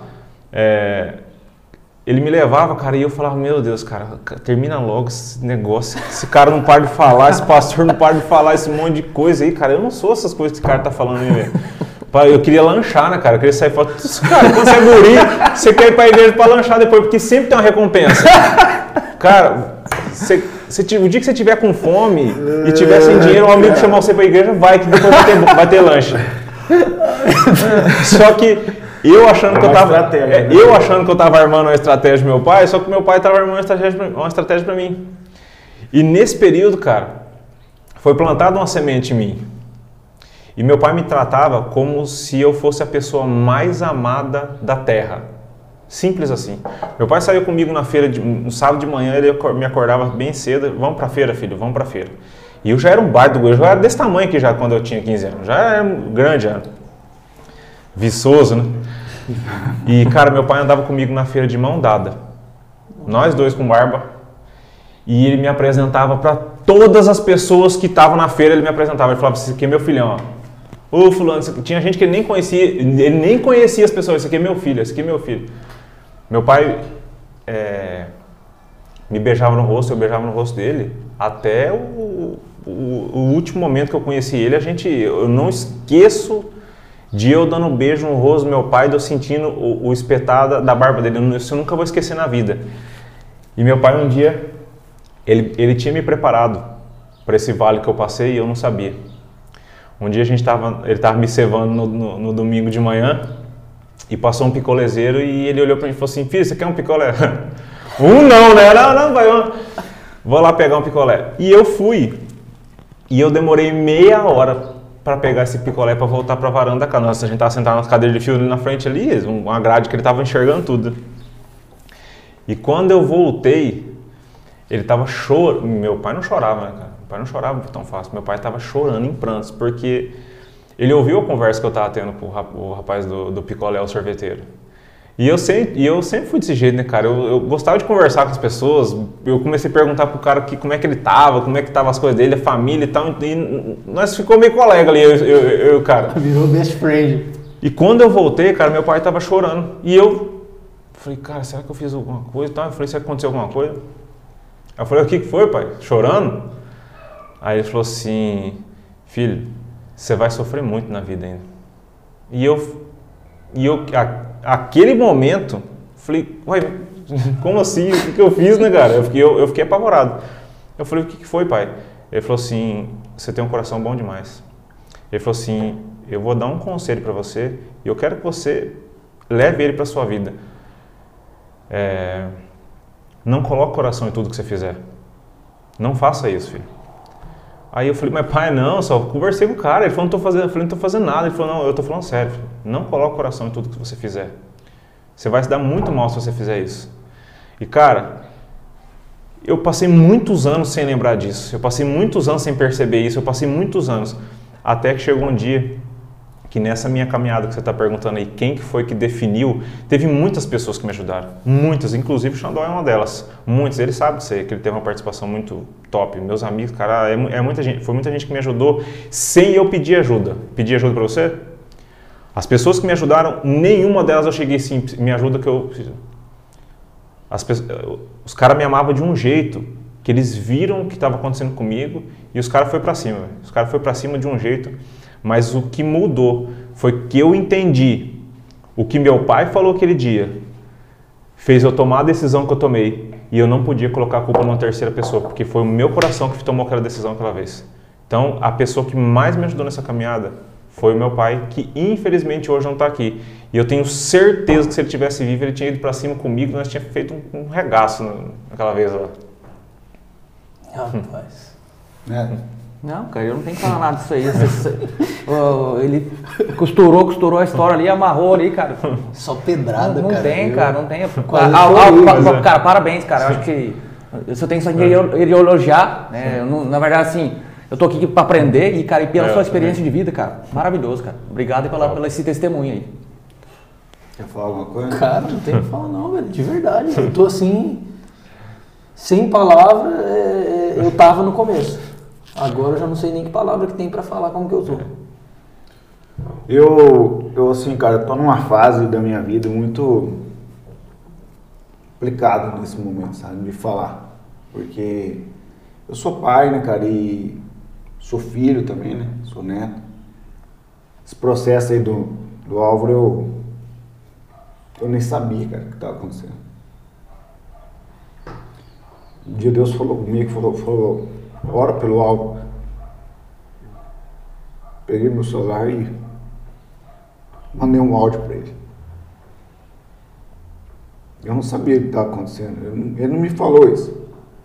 Ele me levava, cara, e eu falava, meu Deus, cara, termina logo esse negócio. Esse cara não para de falar, esse pastor não para de falar esse monte de coisa aí, cara. Eu não sou essas coisas que esse cara tá falando aí, velho. Eu queria lanchar, né, cara? Eu queria sair fora. Cara, quando você é guri, você quer ir pra igreja pra lanchar depois, porque sempre tem uma recompensa. Cara, o dia que você tiver com fome e tiver sem dinheiro, um amigo chamar você pra igreja, vai, que depois vai ter lanche. Só que... Eu achando que eu tava armando uma estratégia do meu pai, só que meu pai tava armando uma estratégia para mim. E nesse período, cara, foi plantada uma semente em mim. E meu pai me tratava como se eu fosse a pessoa mais amada da terra. Simples assim. Meu pai saiu comigo na feira, no sábado de manhã, ele me acordava bem cedo, vamos pra feira, filho, vamos pra feira. E eu já era um bardo, eu já era desse tamanho aqui já quando eu tinha 15 anos, já era grande, já. Viçoso, né? E, cara, meu pai andava comigo na feira de mão dada, nós dois com barba, e ele me apresentava para todas as pessoas que estavam na feira, ele me apresentava, ele falava, esse aqui é meu filhão, ó. Ô fulano, tinha gente que ele nem conhecia as pessoas, esse aqui é meu filho, esse aqui é meu filho. Meu pai me beijava no rosto, eu beijava no rosto dele, até o último momento que eu conheci ele, eu não esqueço de eu dando um beijo no rosto do meu pai, de eu sentindo o espetar da barba dele, isso eu nunca vou esquecer na vida. E meu pai um dia, ele tinha me preparado para esse vale que eu passei e eu não sabia. Um dia ele estava me cevando no domingo de manhã e passou um picolezeiro e ele olhou para mim e falou assim, filho, você quer um picolé? Não, né? Não, vai, vou lá pegar um picolé. E eu fui. E eu demorei meia hora para pegar esse picolé para voltar para a varanda da casa. Nossa, a gente estava sentado nas cadeiras de fio ali na frente ali, uma grade que ele estava enxergando tudo. E quando eu voltei, ele estava chorando. Meu pai não chorava, né, cara? Meu pai não chorava tão fácil. Meu pai estava chorando em prantos, porque ele ouviu a conversa que eu estava tendo com o rapaz do picolé, o sorveteiro. E eu sempre fui desse jeito, né, cara? Eu gostava de conversar com as pessoas. Eu comecei a perguntar pro cara como é que ele tava, como é que tava as coisas dele, a família e tal. E nós ficou meio colega ali, eu cara. Virou best friend. E quando eu voltei, cara, meu pai tava chorando. E eu falei, cara, será que eu fiz alguma coisa? Eu falei, será que aconteceu alguma coisa? Eu falei, o que foi, pai? Chorando? Aí ele falou assim, filho, você vai sofrer muito na vida ainda. Aquele momento, falei, uai, como assim? O que eu fiz, né, cara? Eu fiquei apavorado. Eu falei, o que foi, pai? Ele falou assim, você tem um coração bom demais. Ele falou assim, eu vou dar um conselho para você e eu quero que você leve ele para sua vida. Não coloque coração em tudo que você fizer. Não faça isso, filho. Aí eu falei, mas pai, não, só conversei com o cara. Ele falou, não tô fazendo, eu falei, não tô fazendo nada. Ele falou, não, eu tô falando sério, filho. Não coloque coração em tudo que você fizer. Você vai se dar muito mal se você fizer isso. E cara, eu passei muitos anos sem lembrar disso. Eu passei muitos anos sem perceber isso. Eu passei muitos anos. Até que chegou um dia que nessa minha caminhada que você está perguntando aí, quem que foi que definiu, teve muitas pessoas que me ajudaram. Muitas, inclusive o Xandó é uma delas. Muitas, ele sabe disso aí, que ele teve uma participação muito top. Meus amigos, cara, muita gente, foi muita gente que me ajudou sem eu pedir ajuda. Pedi ajuda para você? As pessoas que me ajudaram, nenhuma delas eu cheguei assim, me ajuda que eu... Os caras me amavam de um jeito que eles viram o que estava acontecendo comigo e os caras foram para cima. Os caras foram para cima de um jeito, mas o que mudou foi que eu entendi o que meu pai falou aquele dia, fez eu tomar a decisão que eu tomei e eu não podia colocar a culpa numa terceira pessoa, porque foi o meu coração que tomou aquela decisão aquela vez. Então, a pessoa que mais me ajudou nessa caminhada foi o meu pai, que infelizmente hoje não está aqui. E eu tenho certeza que se ele tivesse vivo, ele tinha ido para cima comigo e nós tínhamos feito um regaço naquela vez lá. Rapaz. Não, cara, eu não tenho que falar nada disso aí. Ele costurou a história ali, amarrou ali, cara. Só pedrada, cara. Não tem, cara, não tem. Quase Cara, parabéns, cara. Eu acho que eu tenho só que elogiar, né? Na verdade, assim, eu tô aqui pra aprender e, cara, e pela sua experiência de vida, cara, maravilhoso, cara. Obrigado pelo esse testemunho aí. Quer falar alguma coisa? Cara, não tem o que falar não, velho. De verdade. Eu tô assim, sem palavra, eu tava no começo. Agora eu já não sei nem que palavra que tem pra falar como que eu tô. Eu assim, cara, tô numa fase da minha vida muito complicada nesse momento, sabe, de falar. Porque eu sou pai, né, cara, e sou filho também, né, sou neto. Esse processo aí do Álvaro, eu nem sabia, cara, o que estava acontecendo. Um dia Deus falou comigo, falou, ora pelo Álvaro. Peguei meu celular e mandei um áudio para ele. Eu não sabia o que estava acontecendo, ele não me falou isso.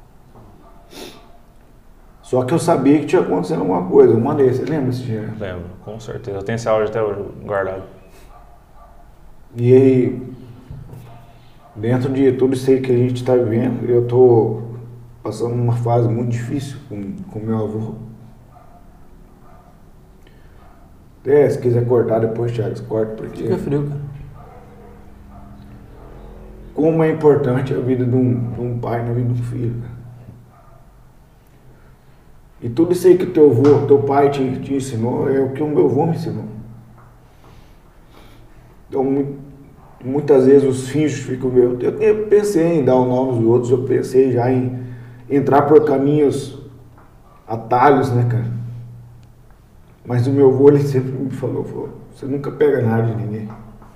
Só que eu sabia que tinha acontecido alguma coisa, eu mandei, você lembra esse dia? Lembro, com certeza. Eu tenho esse áudio até hoje guardado. E aí, dentro de tudo isso aí que a gente está vivendo, eu tô passando uma fase muito difícil com meu avô. Se quiser cortar depois, Thiago, corta, porque... Fica frio, cara. Como é importante a vida de um pai na vida de um filho, cara. E tudo isso aí que teu pai te ensinou é o que o meu avô me ensinou. Então, muitas vezes os filhos ficam... Eu pensei em dar o nome dos outros, eu pensei já em entrar por caminhos, atalhos, né, cara? Mas o meu avô, ele sempre me falou, você nunca pega nada de ninguém.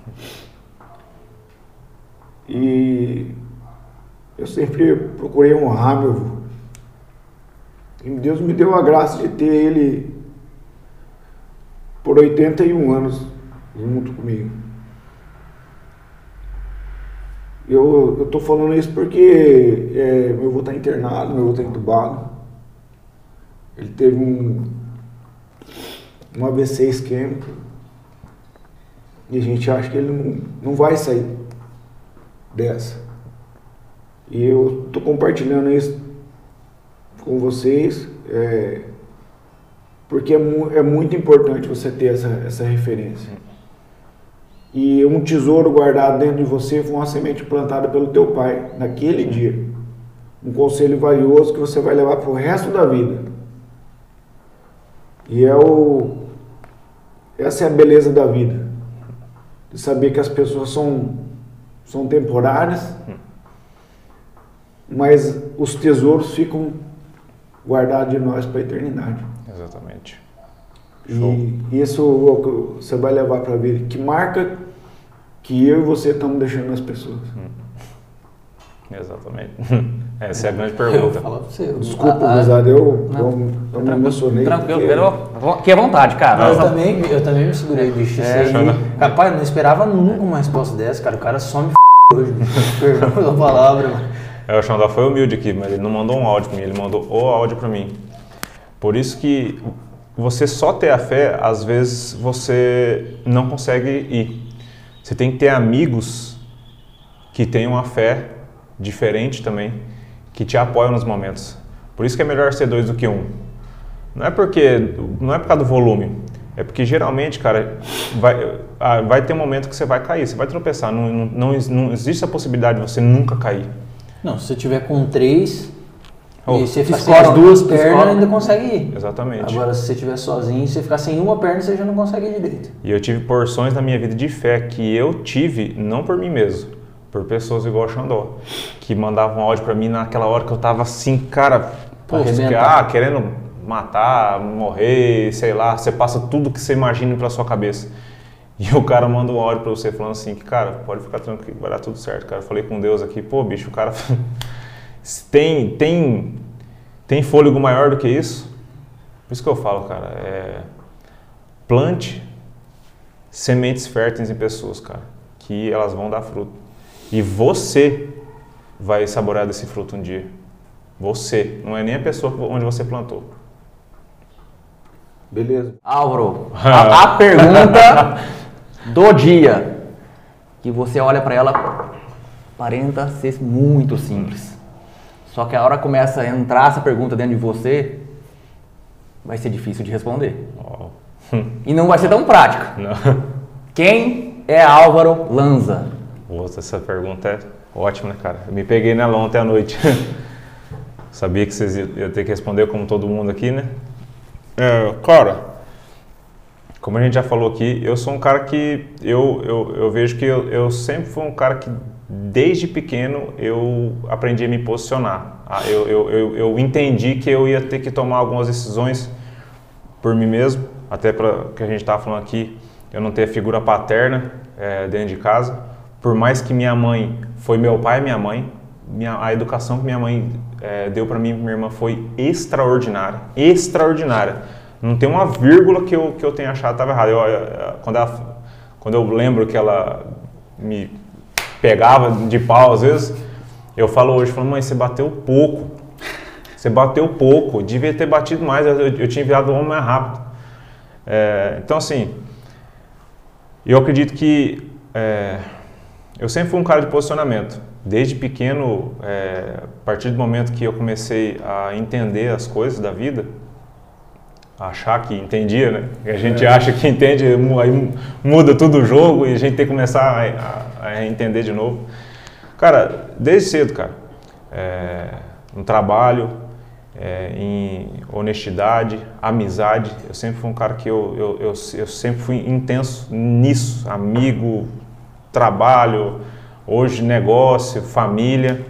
E eu sempre procurei honrar meu avô. E Deus me deu a graça de ter ele por 81 anos junto comigo. Eu tô falando isso porque meu avô está internado, meu avô está entubado. Ele teve um AVC isquêmico. E a gente acha que ele não vai sair dessa. E eu tô compartilhando isso com vocês, porque é muito importante você ter essa referência. E um tesouro guardado dentro de você foi uma semente plantada pelo teu pai naquele dia. Um conselho valioso que você vai levar pro resto da vida. E essa é a beleza da vida. De saber que as pessoas são temporárias, mas os tesouros ficam guardados de nós para a eternidade. Exatamente. E isso você vai levar para a vida. Que marca que eu e você estamos deixando nas pessoas. Exatamente. Essa é a grande pergunta. Eu falo pra você. Desculpa, Rezado, eu me emocionei. Tranquilo, que é vontade, cara. Eu também me segurei, bicho. Rapaz, não esperava nunca uma resposta dessa, cara. O cara só me hoje, bicho. Perdão a palavra, mano. O Xandó foi humilde aqui, mas ele não mandou um áudio pra mim, ele mandou o áudio pra mim. Por isso que você só ter a fé, às vezes você não consegue ir. Você tem que ter amigos que tenham a fé diferente também, que te apoiam nos momentos. Por isso que é melhor ser 2 do que 1. Não é por causa do volume, é porque geralmente, cara, vai ter um momento que você vai cair, você vai tropeçar. Não existe a possibilidade de você nunca cair. Não, se você tiver com 3 e você ficar sem escola, as 2 pernas, escola. ainda consegue ir. Exatamente. Agora, se você estiver sozinho, se você ficar sem uma perna, você já não consegue ir direito. E eu tive porções na minha vida de fé que eu tive, não por mim mesmo, por pessoas igual o Xandó, que mandavam áudio pra mim naquela hora que eu tava assim, cara, querendo matar, morrer, sei lá, você passa tudo que você imagina pra sua cabeça. E o cara manda um áudio pra você falando assim, que cara, pode ficar tranquilo, vai dar tudo certo, cara. Eu falei com Deus aqui, pô, bicho, o cara tem fôlego maior do que isso? Por isso que eu falo, cara, plante sementes férteis em pessoas, cara, que elas vão dar fruto. E você vai saborear desse fruto um dia. Você, não é nem a pessoa onde você plantou. Beleza. Álvaro, a pergunta do dia, que você olha pra ela, aparenta ser muito simples. Só que a hora que começa a entrar essa pergunta dentro de você, vai ser difícil de responder. E não vai ser tão prática. Não. Quem é Álvaro Lanza? Essa pergunta é ótima, né, cara? Eu me peguei nela ontem à noite. Sabia que vocês iam ter que responder como todo mundo aqui, né? Cara, como a gente já falou aqui, eu sou um cara que eu vejo que eu sempre fui um cara que desde pequeno eu aprendi a me posicionar. Eu entendi que eu ia ter que tomar algumas decisões por mim mesmo, até para que a gente estava falando aqui, eu não ter figura paterna dentro de casa. Por mais que minha mãe foi meu pai e minha mãe, a educação que minha mãe deu para mim e minha irmã foi extraordinária, extraordinária. Não tem uma vírgula que eu tenha achado que estava errado. Quando eu lembro que ela me pegava de pau às vezes, eu falo hoje, mãe, você bateu pouco. Você bateu pouco, devia ter batido mais, eu tinha virado o homem mais rápido. Então assim, eu acredito que eu sempre fui um cara de posicionamento. desde pequeno, a partir do momento que eu comecei a entender as coisas da vida, a achar que entendia, né? A gente acha que entende, aí muda tudo o jogo e a gente tem que começar a entender de novo. Cara, desde cedo, cara, no trabalho, em honestidade, amizade, eu sempre fui um cara que eu sempre fui intenso nisso, amigo, trabalho, hoje negócio, família.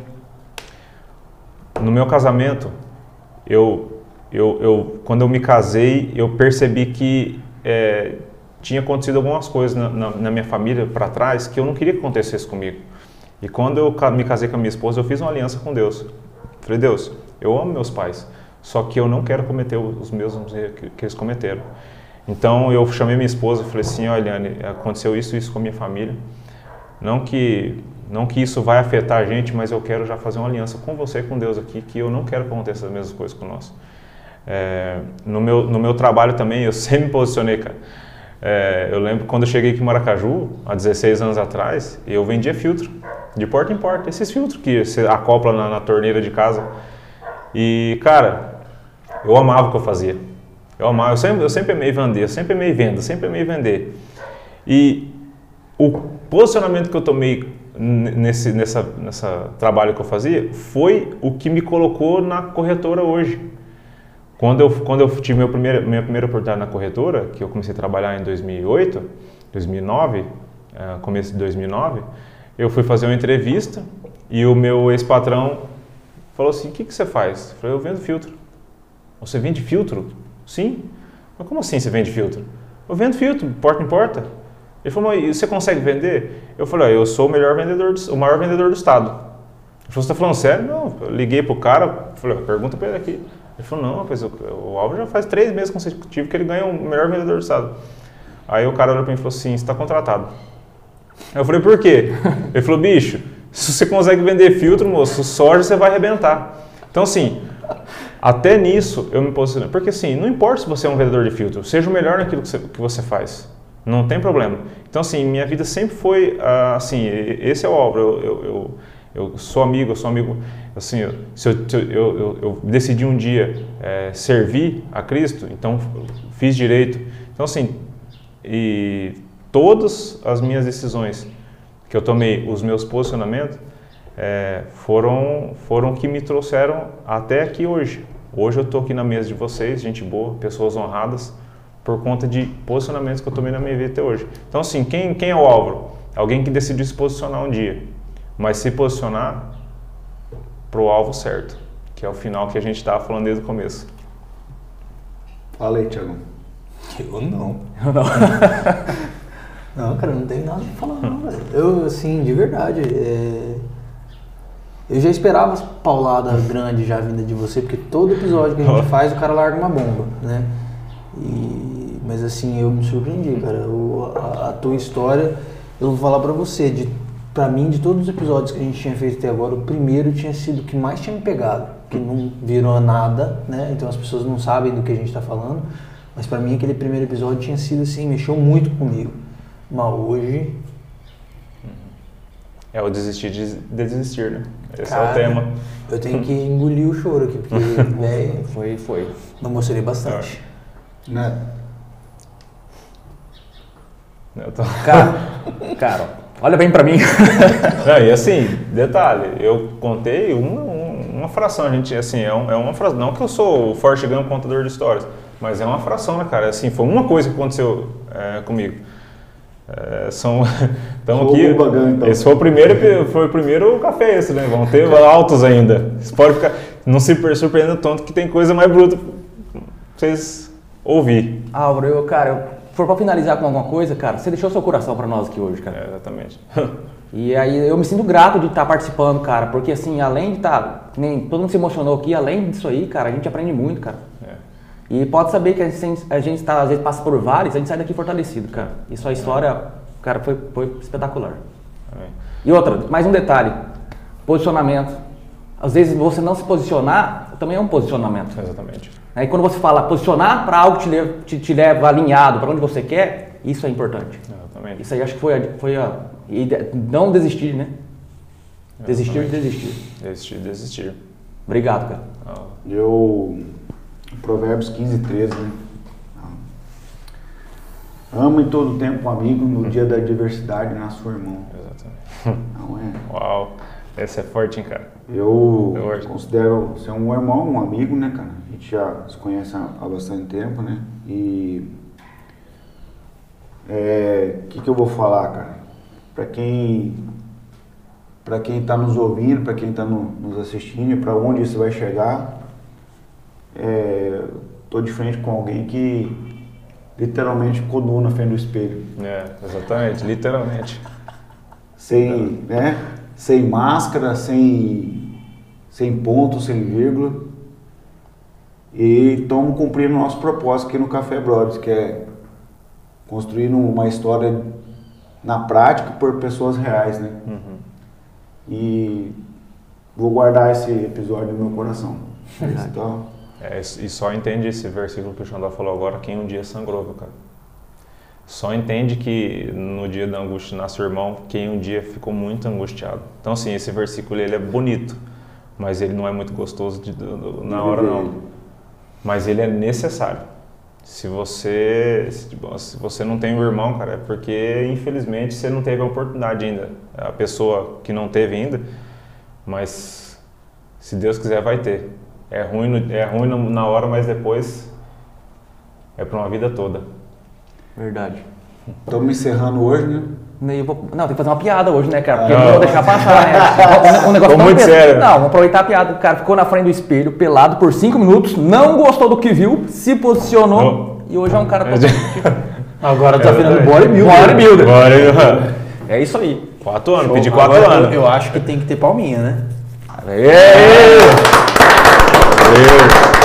No meu casamento, quando eu me casei, eu percebi que tinha acontecido algumas coisas na minha família para trás que eu não queria que acontecesse comigo. E quando eu me casei com a minha esposa, eu fiz uma aliança com Deus. Falei, Deus, eu amo meus pais, só que eu não quero cometer os mesmos erros que eles cometeram. Então eu chamei minha esposa e falei assim, olha, Eliane, aconteceu isso com a minha família. Não que isso vai afetar a gente, mas eu quero já fazer uma aliança com você e com Deus aqui, que eu não quero que aconteça as mesmas coisas com nós. No meu trabalho também, eu sempre me posicionei, cara. Eu lembro quando eu cheguei aqui em Maracaju, há 16 anos atrás, eu vendia filtro, de porta em porta, esses filtros que você acopla na torneira de casa. E, cara, eu amava o que eu fazia. Eu sempre amei vender, sempre amei venda, sempre amei vender. E o posicionamento que eu tomei nesse trabalho que eu fazia foi o que me colocou na corretora hoje. Quando eu tive minha primeira oportunidade na corretora, que eu comecei a trabalhar em 2009, começo de 2009, eu fui fazer uma entrevista e o meu ex-patrão falou assim, o que você faz? Eu falei, eu vendo filtro. Você vende filtro? Sim. Mas como assim você vende filtro? Eu vendo filtro, porta em porta. Ele falou, mas você consegue vender? Eu falei, eu sou o maior vendedor do estado. Ele falou, você está falando sério? Não, eu liguei pro cara, falei, pergunta para ele aqui. Ele falou, não, rapaz, o Álvaro já faz 3 meses consecutivos que ele ganha o melhor vendedor do estado. Aí o cara olhou para mim e falou assim, você está contratado. Aí eu falei, por quê? Ele falou, bicho, se você consegue vender filtro, moço, soja você vai arrebentar. Então assim, até nisso eu me posicionei. Porque assim, não importa se você é um vendedor de filtro, seja o melhor naquilo que você faz. Não tem problema. Então assim, minha vida sempre foi assim, esse é o Álvaro, eu sou amigo, assim, eu decidi um dia servir a Cristo, então fiz direito. Então assim, e todas as minhas decisões que eu tomei, os meus posicionamentos, foram que me trouxeram até aqui hoje. Hoje eu estou aqui na mesa de vocês, gente boa, pessoas honradas, por conta de posicionamentos que eu tomei na minha vida até hoje. Então assim, quem é o Álvaro? Alguém que decidiu se posicionar um dia, mas se posicionar pro alvo certo, que é o final que a gente estava falando desde o começo. Fala aí, Thiago. Eu não. Não, cara, não tenho nada pra falar não, velho. Eu, assim, de verdade, eu já esperava as pauladas grandes já vinda de você, porque todo episódio que a gente faz, o cara larga uma bomba, né? Mas assim, eu me surpreendi, cara. A tua história, eu vou falar pra você, pra mim, de todos os episódios que a gente tinha feito até agora, o primeiro tinha sido o que mais tinha me pegado, que não virou nada, né? Então as pessoas não sabem do que a gente tá falando, mas pra mim aquele primeiro episódio tinha sido assim, mexeu muito comigo. Mas hoje... É o desistir de desistir, né? Esse cara, é o tema. Eu tenho que engolir o choro aqui, porque, velho... Foi. Eu emocionei bastante. Né? Cara, olha bem pra mim. Não, e assim, detalhe, eu contei uma fração, a gente, assim, é uma fração, não que eu sou o Forrest Gump contador de histórias, mas é uma fração, né, cara? Assim, foi uma coisa que aconteceu comigo. Estamos aqui. Então. Esse foi o primeiro café esse, né? Vão ter altos ainda. Você pode ficar, não se surpreenda tanto que tem coisa mais bruta pra vocês ouvir. Álvaro, for pra finalizar com alguma coisa, cara, você deixou seu coração pra nós aqui hoje, cara. Exatamente. E aí eu me sinto grato de estar participando, cara, porque assim, além de estar, que nem todo mundo se emocionou aqui, além disso aí, cara, a gente aprende muito, cara. E pode saber que a gente tá, às vezes passa por vários, a gente sai daqui fortalecido, cara. E sua história, cara, foi espetacular. E outra, mais um detalhe, posicionamento. Às vezes você não se posicionar, também é um posicionamento. Exatamente. Aí quando você fala posicionar para algo que te leva alinhado para onde você quer, isso é importante. Exatamente. Isso aí acho que foi a ideia, não desistir, né? Desistir, desistir. Desistir. Obrigado, cara. Provérbios 15:13, né? Ama em todo tempo um amigo, no dia da adversidade nasce o irmão. Exatamente. Não é? Uau, essa é forte, hein, cara? Eu considero ser um irmão, um amigo, né, cara? A gente já se conhece há bastante tempo, né? E que eu vou falar, cara? Para quem está nos ouvindo, para quem está nos assistindo, para onde isso vai chegar, tô de frente com alguém que literalmente ficou nu na frente do espelho. Exatamente, literalmente. Sem máscara, sem ponto, sem vírgula. E estamos cumprindo o nosso propósito aqui no Café Brothers, que é construir uma história na prática por pessoas reais, né? E vou guardar esse episódio no meu coração. Então, e só entende esse versículo que o Xandó falou agora quem um dia sangrou, viu, cara? Só entende que no dia da angústia nasce o irmão quem um dia ficou muito angustiado. Então, assim, esse versículo ele é bonito, mas ele não é muito gostoso na hora, não. Mas ele é necessário. Se você não tem um irmão, cara, é porque infelizmente você não teve a oportunidade ainda. A pessoa que não teve ainda, mas se Deus quiser vai ter. É ruim na hora, mas depois é para uma vida toda. Verdade. Estamos encerrando hoje, né? Tem que fazer uma piada hoje, né, cara? Porque não vou deixar passar, né? Um negócio muito sério. Não, vamos aproveitar a piada. O cara ficou na frente do espelho, pelado por 5 minutos, não gostou do que viu, se posicionou e hoje é um cara Agora tá virando bodybuilder. É isso aí. 4 anos, pedi 4 anos. Eu acho que tem que ter palminha, né? Valeu!